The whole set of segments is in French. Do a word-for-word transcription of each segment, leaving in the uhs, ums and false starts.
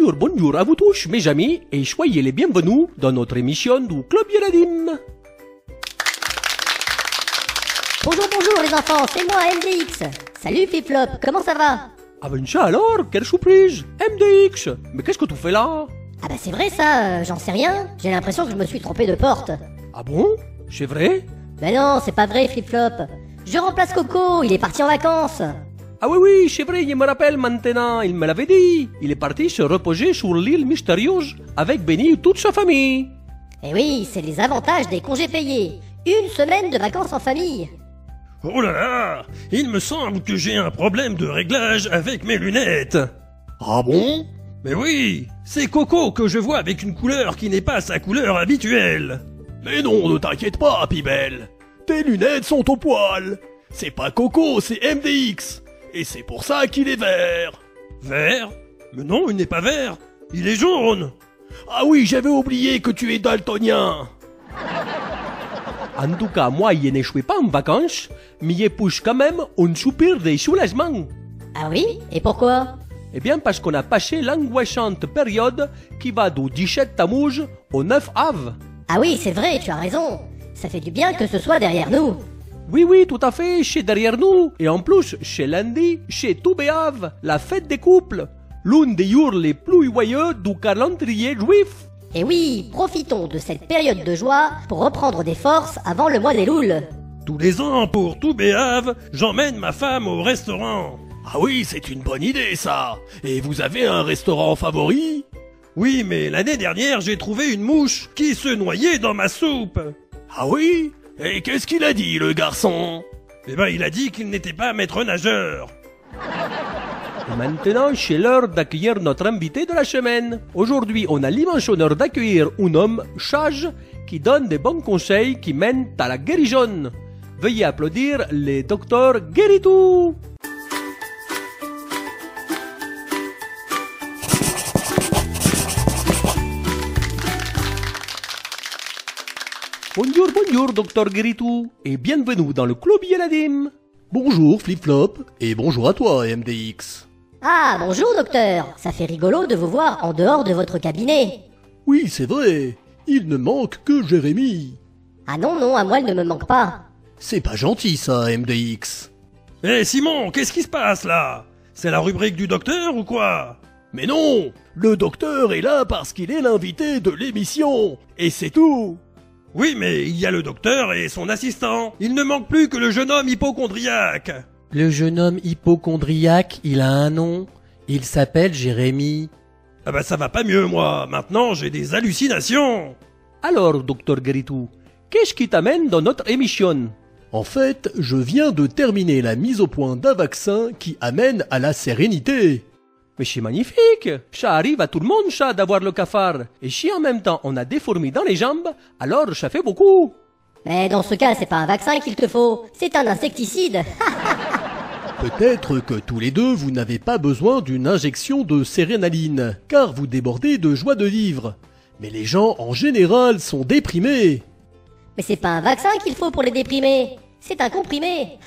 bonjour, bonjour à vous tous mes amis et soyez les bienvenus dans notre émission du Club Yeladim. Bonjour, bonjour les enfants, c'est moi M D X. Salut Flip-Flop, comment ça va? Ah ben ça alors, quelle surprise! M D X, mais qu'est-ce que tu fais là? Ah bah c'est vrai ça, euh, j'en sais rien. J'ai l'impression que je me suis trompé de porte. Ah bon? C'est vrai? Ben non, c'est pas vrai Flip-Flop. Je remplace Coco, il est parti en vacances. Ah oui oui, c'est vrai, il me rappelle maintenant, il me l'avait dit. Il est parti se reposer sur l'île mystérieuse avec Benny et toute sa famille. Eh oui, c'est les avantages des congés payés. Une semaine de vacances en famille. Oh là là, il me semble que j'ai un problème de réglage avec mes lunettes. Ah bon? Mais oui, c'est Coco que je vois avec une couleur qui n'est pas sa couleur habituelle. Mais non, ne t'inquiète pas, Pibel. Tes lunettes sont au poil. C'est pas Coco, c'est M D X. Et c'est pour ça qu'il est vert. Vert? Mais non, il n'est pas vert. Il est jaune. Ah oui, j'avais oublié que tu es daltonien. En tout cas, moi, il n'échouais pas en vacances, mais il pousse quand même un soupir de soulagement. Ah oui? Et pourquoi? Eh bien, parce qu'on a passé l'angoissante période qui va du dix-sept Tammuz au neuf Av. Ah oui, c'est vrai, tu as raison. Ça fait du bien que ce soit derrière nous. Oui, oui, tout à fait, c'est derrière nous. Et en plus, c'est lundi, c'est Tou B'Av, la fête des couples. L'une des jours les plus joyeux du calendrier juif. Et oui, profitons de cette période de joie pour reprendre des forces avant le mois des Louls. Tous les ans, pour Tou B'Av, j'emmène ma femme au restaurant. Ah oui, c'est une bonne idée ça. Et vous avez un restaurant favori? Oui, mais l'année dernière, j'ai trouvé une mouche qui se noyait dans ma soupe. Ah oui? Et qu'est-ce qu'il a dit, le garçon? Eh ben, il a dit qu'il n'était pas maître nageur. Et maintenant, c'est l'heure d'accueillir notre invité de la semaine. Aujourd'hui, on a l'immense honneur d'accueillir un homme sage qui donne des bons conseils qui mènent à la guérison. Veuillez applaudir le docteur Guéritou. Bonjour, bonjour, docteur Guéritou, et bienvenue dans le Club Yeladim. Bonjour, Flip-Flop, et bonjour à toi, M D X. Ah, bonjour docteur. Ça fait rigolo de vous voir en dehors de votre cabinet. Oui, c'est vrai, il ne manque que Jérémy. Ah non, non, à moi il ne me manque pas. C'est pas gentil ça, M D X. Eh Simon, qu'est-ce qui se passe là? C'est la rubrique du docteur ou quoi? Mais non, le docteur est là parce qu'il est l'invité de l'émission, et c'est tout. Oui, mais il y a le docteur et son assistant. Il ne manque plus que le jeune homme hypocondriaque. Le jeune homme hypocondriaque, il a un nom. Il s'appelle Jérémy. Ah bah ça va pas mieux, moi. Maintenant, j'ai des hallucinations. Alors, docteur Guéritou, qu'est-ce qui t'amène dans notre émission? En fait, je viens de terminer la mise au point d'un vaccin qui amène à la sérénité. Mais c'est magnifique! Ça arrive à tout le monde, ça, d'avoir le cafard. Et si en même temps on a des fourmis dans les jambes, alors ça fait beaucoup. Mais dans ce cas, c'est pas un vaccin qu'il te faut, c'est un insecticide. Peut-être que tous les deux, vous n'avez pas besoin d'une injection de sérénaline, car vous débordez de joie de vivre. Mais les gens, en général, sont déprimés. Mais c'est pas un vaccin qu'il faut pour les déprimer, c'est un comprimé.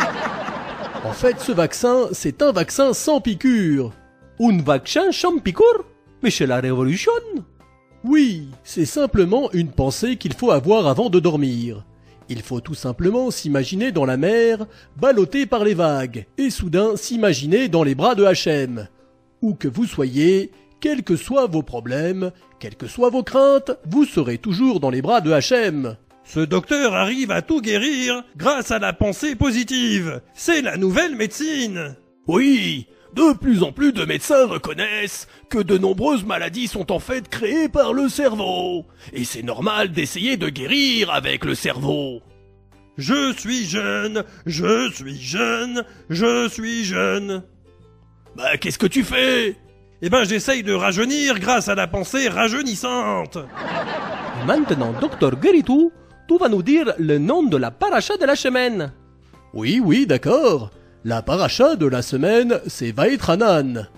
En fait, ce vaccin, c'est un vaccin sans piqûre. Un vaccin sans piqûre? Mais c'est la révolution! Oui, c'est simplement une pensée qu'il faut avoir avant de dormir. Il faut tout simplement s'imaginer dans la mer, ballotté par les vagues, et soudain s'imaginer dans les bras de Hachem. Où que vous soyez, quels que soient vos problèmes, quelles que soient vos craintes, vous serez toujours dans les bras de Hachem. Ce docteur arrive à tout guérir grâce à la pensée positive. C'est la nouvelle médecine. Oui, de plus en plus de médecins reconnaissent que de nombreuses maladies sont en fait créées par le cerveau. Et c'est normal d'essayer de guérir avec le cerveau. Je suis jeune, je suis jeune, je suis jeune. Bah qu'est-ce que tu fais? Eh ben j'essaye de rajeunir grâce à la pensée rajeunissante. Et maintenant, docteur Guéritou, tu vas nous dire le nom de la paracha de la semaine. Oui, oui, d'accord. La paracha de la semaine, c'est Vaïtranan.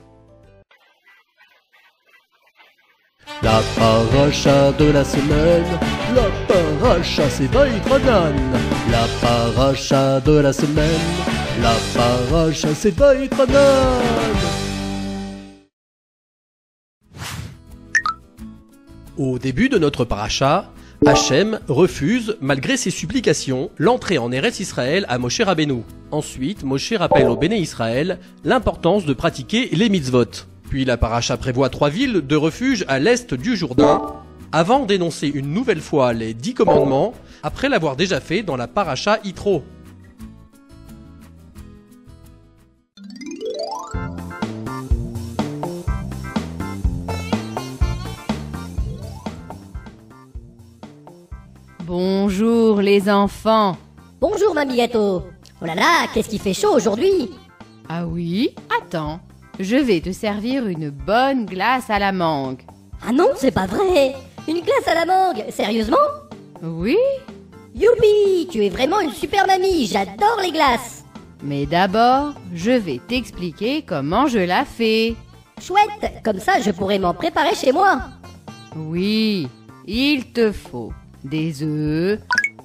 La paracha de la semaine, la paracha c'est Vaïtranan. La paracha de la semaine, la paracha c'est Vaïtranan. Au début de notre paracha, Hachem refuse, malgré ses supplications, l'entrée en Eretz Israël à Moshe Rabbeinu. Ensuite, Moshe rappelle au Béné Israël l'importance de pratiquer les mitzvot. Puis la paracha prévoit trois villes de refuge à l'est du Jourdain, avant d'énoncer une nouvelle fois les dix commandements, après l'avoir déjà fait dans la paracha Yitro. Bonjour les enfants. Bonjour Mamie Gâteau. Oh là là, qu'est-ce qui fait chaud aujourd'hui? Ah oui? Attends, je vais te servir une bonne glace à la mangue. Ah non, c'est pas vrai. Une glace à la mangue, sérieusement? Oui? Youpi, tu es vraiment une super mamie, j'adore les glaces. Mais d'abord, je vais t'expliquer comment je la fais. Chouette, comme ça je pourrais m'en préparer chez moi. Oui, il te faut des œufs,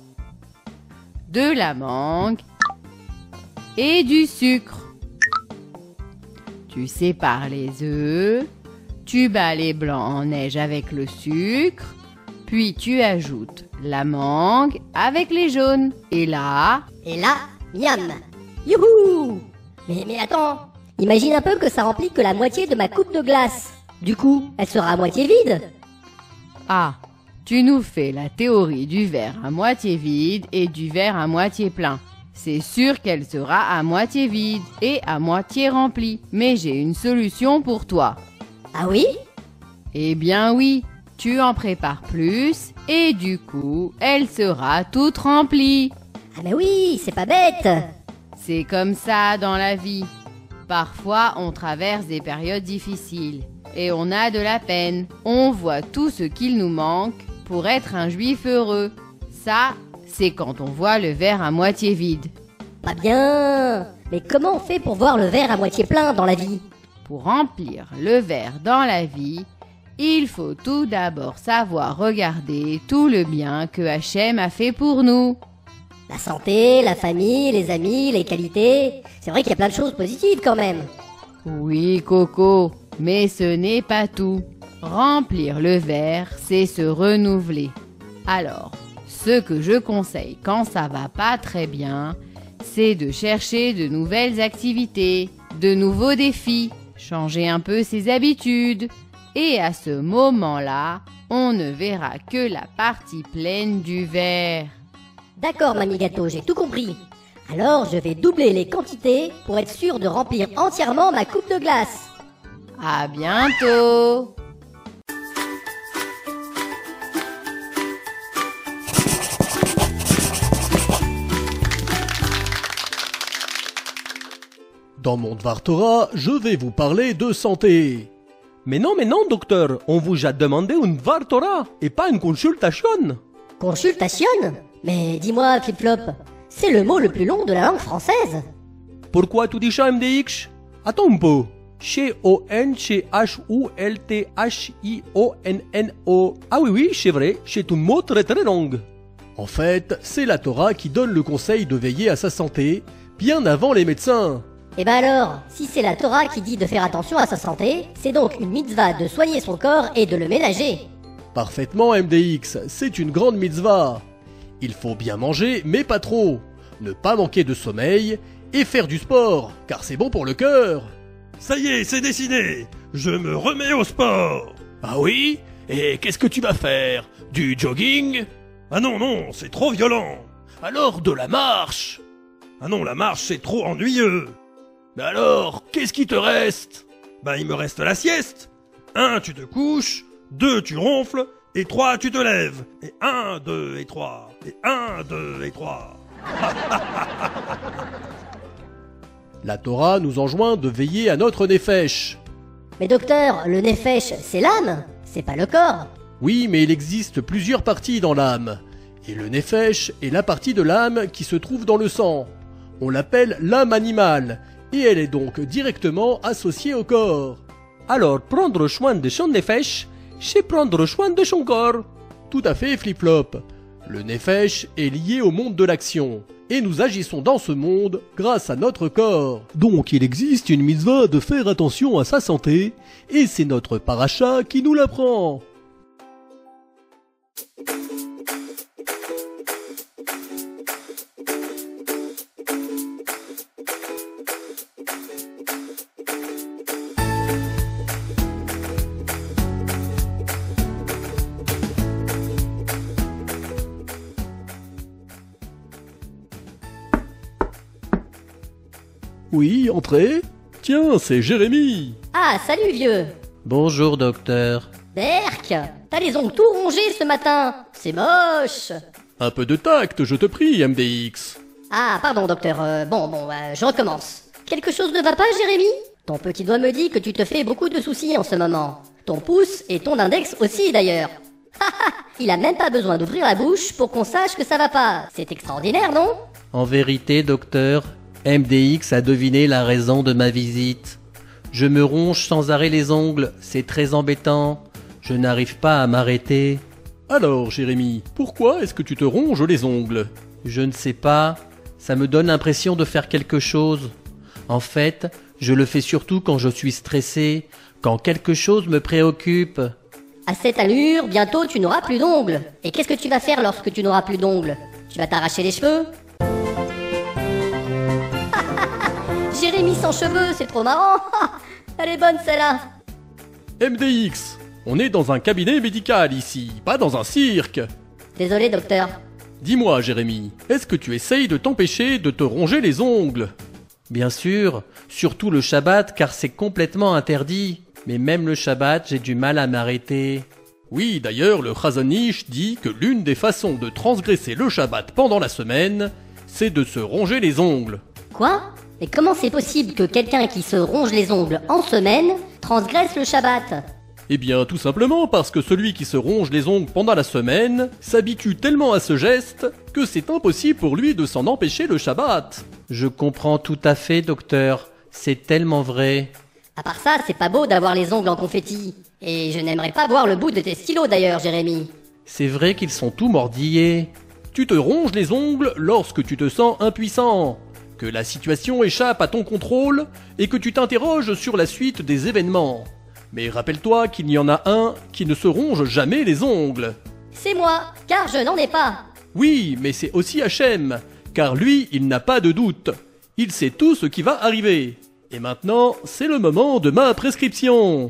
de la mangue et du sucre. Tu sépares les œufs, tu bats les blancs en neige avec le sucre, puis tu ajoutes la mangue avec les jaunes. Et là... Et là, miam. Youhou. Mais, mais attends, imagine un peu que ça remplit que la moitié de ma coupe de glace. Du coup, elle sera à moitié vide. Ah, tu nous fais la théorie du verre à moitié vide et du verre à moitié plein. C'est sûr qu'elle sera à moitié vide et à moitié remplie. Mais j'ai une solution pour toi. Ah oui? Eh bien oui, tu en prépares plus et du coup, elle sera toute remplie. Ah mais oui, c'est pas bête. C'est comme ça dans la vie. Parfois, on traverse des périodes difficiles et on a de la peine. On voit tout ce qu'il nous manque pour être un juif heureux. Ça, c'est quand on voit le verre à moitié vide. Pas bien. Mais comment on fait pour voir le verre à moitié plein dans la vie? Pour remplir le verre dans la vie, il faut tout d'abord savoir regarder tout le bien que Hachem a fait pour nous. La santé, la famille, les amis, les qualités. C'est vrai qu'il y a plein de choses positives quand même. Oui, Coco, mais ce n'est pas tout. Remplir le verre, c'est se renouveler. Alors, ce que je conseille quand ça va pas très bien, c'est de chercher de nouvelles activités, de nouveaux défis, changer un peu ses habitudes. Et à ce moment-là, on ne verra que la partie pleine du verre. D'accord, Mamie Gâteau, j'ai tout compris. Alors, je vais doubler les quantités pour être sûr de remplir entièrement ma coupe de glace. À bientôt! Dans mon Dvar Torah, je vais vous parler de santé. Mais non, mais non, docteur, on vous a demandé une Dvar Torah et pas une consultation. Consultation? Mais dis-moi, Flip-Flop, c'est le mot le plus long de la langue française. Pourquoi tu dis ça, M D X? Attends un peu. C O N C H U L T H I O N N O. Ah oui, oui, c'est vrai, c'est un mot très très long. En fait, c'est la Torah qui donne le conseil de veiller à sa santé, bien avant les médecins. Eh ben alors, si c'est la Torah qui dit de faire attention à sa santé, c'est donc une mitzvah de soigner son corps et de le ménager. Parfaitement, M D X, c'est une grande mitzvah. Il faut bien manger, mais pas trop. Ne pas manquer de sommeil et faire du sport, car c'est bon pour le cœur. Ça y est, c'est décidé. Je me remets au sport. Ah oui? Et qu'est-ce que tu vas faire? Du jogging? Ah non, non, c'est trop violent. Alors de la marche? Ah non, la marche, c'est trop ennuyeux. Mais alors, qu'est-ce qui te reste? Bah, il me reste la sieste. Un, tu te couches. Deux, tu ronfles. Et trois, tu te lèves. Et un, deux et trois. Et un, deux et trois. La Torah nous enjoint de veiller à notre nefesh. Mais docteur, le nefesh, c'est l'âme, c'est pas le corps. Oui, mais il existe plusieurs parties dans l'âme. Et le nefesh est la partie de l'âme qui se trouve dans le sang. On l'appelle l'âme animale, et elle est donc directement associée au corps. Alors, prendre soin de son nefesh, c'est prendre soin de son corps. Tout à fait, Flip-Flop. Le nefesh est lié au monde de l'action, et nous agissons dans ce monde grâce à notre corps. Donc il existe une mitzvah de faire attention à sa santé, et c'est notre paracha qui nous l'apprend. Oui, entrez. Tiens, c'est Jérémy. Ah, salut vieux. Bonjour, docteur. Berk, t'as les ongles tout rongés ce matin. C'est moche. Un peu de tact, je te prie, M D X. Ah, pardon docteur. Euh, bon, bon, euh, je recommence. Quelque chose ne va pas, Jérémy? Ton petit doigt me dit que tu te fais beaucoup de soucis en ce moment. Ton pouce et ton index aussi d'ailleurs. Il a même pas besoin d'ouvrir la bouche pour qu'on sache que ça va pas. C'est extraordinaire, non? En vérité, docteur, M D X a deviné la raison de ma visite. Je me ronge sans arrêt les ongles, c'est très embêtant. Je n'arrive pas à m'arrêter. Alors, Jérémy, pourquoi est-ce que tu te ronges les ongles? Je ne sais pas, ça me donne l'impression de faire quelque chose. En fait, je le fais surtout quand je suis stressé, quand quelque chose me préoccupe. À cette allure, bientôt tu n'auras plus d'ongles. Et qu'est-ce que tu vas faire lorsque tu n'auras plus d'ongles? Tu vas t'arracher les cheveux? Jérémy sans cheveux, c'est trop marrant. Elle est bonne celle-là. M D X, on est dans un cabinet médical ici, pas dans un cirque. Désolé docteur. Dis-moi, Jérémy, est-ce que tu essayes de t'empêcher de te ronger les ongles? Bien sûr, surtout le Shabbat car c'est complètement interdit. Mais même le Shabbat, j'ai du mal à m'arrêter. Oui, d'ailleurs, le Chazon Ish dit que l'une des façons de transgresser le Shabbat pendant la semaine, c'est de se ronger les ongles. Quoi? Mais comment c'est possible que quelqu'un qui se ronge les ongles en semaine transgresse le Shabbat? Eh bien, tout simplement parce que celui qui se ronge les ongles pendant la semaine s'habitue tellement à ce geste que c'est impossible pour lui de s'en empêcher le Shabbat. Je comprends tout à fait, docteur. C'est tellement vrai. À part ça, c'est pas beau d'avoir les ongles en confetti. Et je n'aimerais pas voir le bout de tes stylos d'ailleurs, Jérémy. C'est vrai qu'ils sont tout mordillés. Tu te ronges les ongles lorsque tu te sens impuissant, que la situation échappe à ton contrôle et que tu t'interroges sur la suite des événements. Mais rappelle-toi qu'il y en a un qui ne se ronge jamais les ongles. C'est moi, car je n'en ai pas. Oui, mais c'est aussi Hachem, car lui, il n'a pas de doute. Il sait tout ce qui va arriver. Et maintenant, c'est le moment de ma prescription.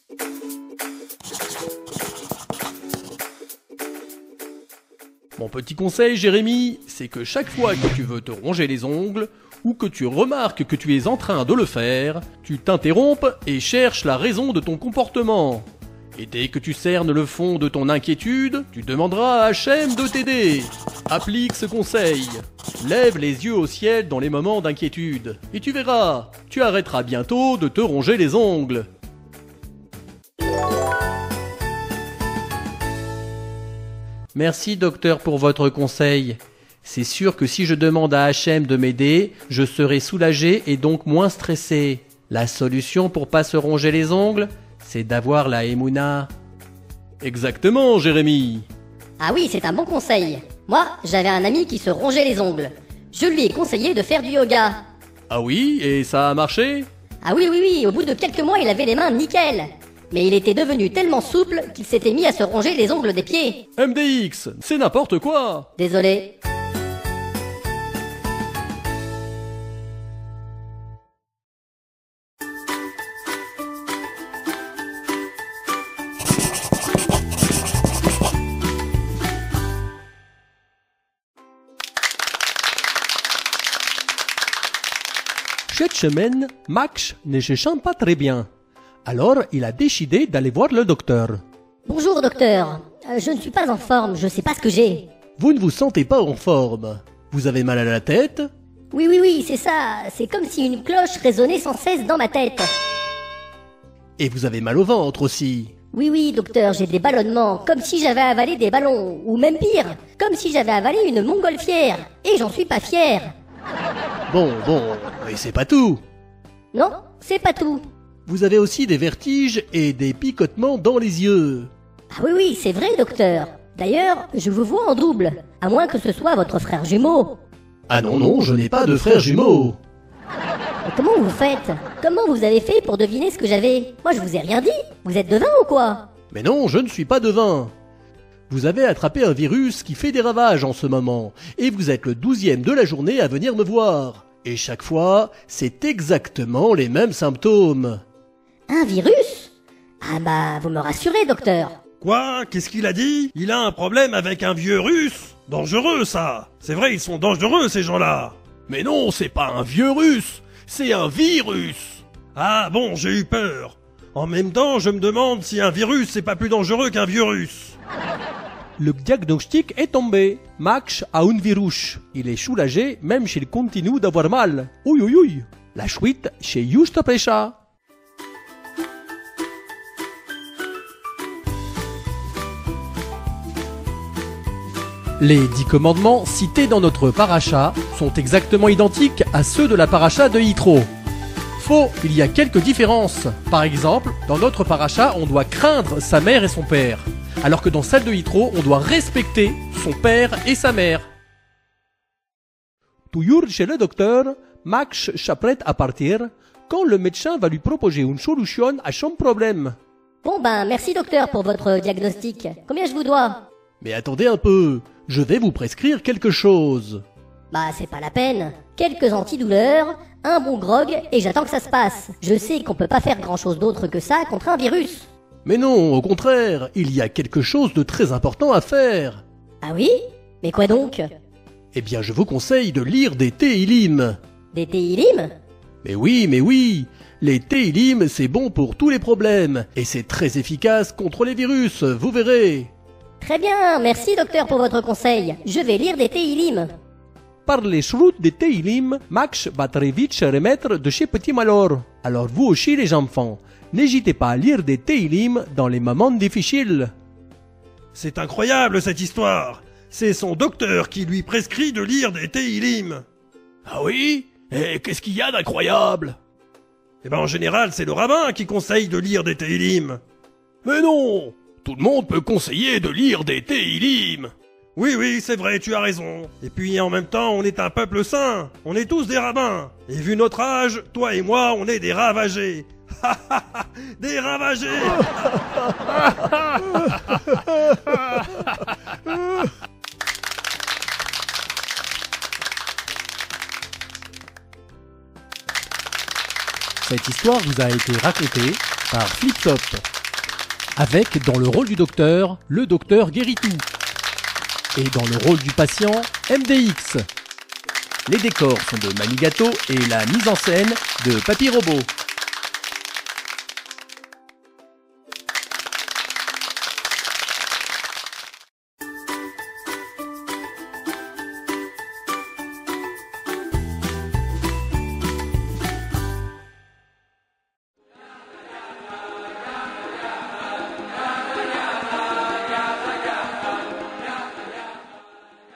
Mon petit conseil, Jérémy, c'est que chaque fois que tu veux te ronger les ongles, ou que tu remarques que tu es en train de le faire, tu t'interrompes et cherches la raison de ton comportement. Et dès que tu cernes le fond de ton inquiétude, tu demanderas à Hachem de t'aider. Applique ce conseil. Lève les yeux au ciel dans les moments d'inquiétude. Et tu verras, tu arrêteras bientôt de te ronger les ongles. Merci, docteur, pour votre conseil. C'est sûr que si je demande à Hachem de m'aider, je serai soulagé et donc moins stressé. La solution pour pas se ronger les ongles, c'est d'avoir la Emouna. Exactement, Jérémy. Ah oui, c'est un bon conseil. Moi, j'avais un ami qui se rongeait les ongles. Je lui ai conseillé de faire du yoga. Ah oui, et ça a marché? Ah oui, oui, oui, au bout de quelques mois, il avait les mains nickel. Mais il était devenu tellement souple qu'il s'était mis à se ronger les ongles des pieds. M D X, c'est n'importe quoi. Désolé. Cette semaine, Max ne se sent pas très bien. Alors, il a décidé d'aller voir le docteur. Bonjour docteur. Euh, je ne suis pas en forme, je sais pas ce que j'ai. Vous ne vous sentez pas en forme. Vous avez mal à la tête? Oui, oui, oui, c'est ça. C'est comme si une cloche résonnait sans cesse dans ma tête. Et vous avez mal au ventre aussi. Oui, oui, docteur, j'ai des ballonnements, comme si j'avais avalé des ballons. Ou même pire, comme si j'avais avalé une montgolfière. Et j'en suis pas fier. Bon, bon, mais c'est pas tout. Non, c'est pas tout. Vous avez aussi des vertiges et des picotements dans les yeux. Ah oui, oui, c'est vrai, docteur. D'ailleurs, je vous vois en double, à moins que ce soit votre frère jumeau. Ah non, non, je n'ai pas de frère jumeau. Mais comment vous faites? Comment vous avez fait pour deviner ce que j'avais? Moi, je vous ai rien dit. Vous êtes devin ou quoi? Mais non, je ne suis pas devin. Vous avez attrapé un virus qui fait des ravages en ce moment, et vous êtes le douzième de la journée à venir me voir. Et chaque fois, c'est exactement les mêmes symptômes. Un virus? Ah bah, vous me rassurez, docteur. Quoi? Qu'est-ce qu'il a dit? Il a un problème avec un vieux russe? Dangereux, ça! C'est vrai, ils sont dangereux, ces gens-là! Mais non, c'est pas un vieux russe. c'est un virus. Ah bon, j'ai eu peur. En même temps, je me demande si un virus c'est pas plus dangereux qu'un virus. Le diagnostic est tombé. Max a un virus. Il est soulagé même s'il continue d'avoir mal. Oui, oui, oui. La suite, c'est juste après ça. Les dix commandements cités dans notre paracha sont exactement identiques à ceux de la paracha de Yitro. Faux, il y a quelques différences. Par exemple, dans notre paracha, on doit craindre sa mère et son père, alors que dans celle de Yitro, on doit respecter son père et sa mère. Toujours chez le docteur, Max s'apprête à partir quand le médecin va lui proposer une solution à son problème. Bon ben, merci docteur pour votre diagnostic. Combien je vous dois? Mais attendez un peu, je vais vous prescrire quelque chose. Bah c'est pas la peine. Quelques antidouleurs, un bon grog et j'attends que ça se passe. Je sais qu'on peut pas faire grand chose d'autre que ça contre un virus. Mais non, au contraire, il y a quelque chose de très important à faire. Ah oui? Mais quoi donc? Eh bien, je vous conseille de lire des Tehillim. Des Tehillim? Mais oui, mais oui, les Tehillim, c'est bon pour tous les problèmes, et c'est très efficace contre les virus, vous verrez. Très bien, merci docteur pour votre conseil. Je vais lire des Tehillim. Par les routes des Tehillim, Max va très vite se remettre de ses petits malheurs. Alors vous aussi les enfants, n'hésitez pas à lire des Tehillim dans les moments difficiles. C'est incroyable cette histoire. C'est son docteur qui lui prescrit de lire des Tehillim. Ah oui? Et qu'est-ce qu'il y a d'incroyable? Eh ben en général, c'est le rabbin qui conseille de lire des Tehillim. Mais non! Tout le monde peut conseiller de lire des Tehillim. Oui, oui, c'est vrai, tu as raison. Et puis en même temps, on est un peuple saint. On est tous des rabbins. Et vu notre âge, toi et moi, on est des ravagés. Des ravagés. Cette histoire vous a été racontée par Flip Top, avec dans le rôle du docteur, le docteur Guéritou, et dans le rôle du patient, M D X. Les décors sont de Manigato et la mise en scène de Papy Robot.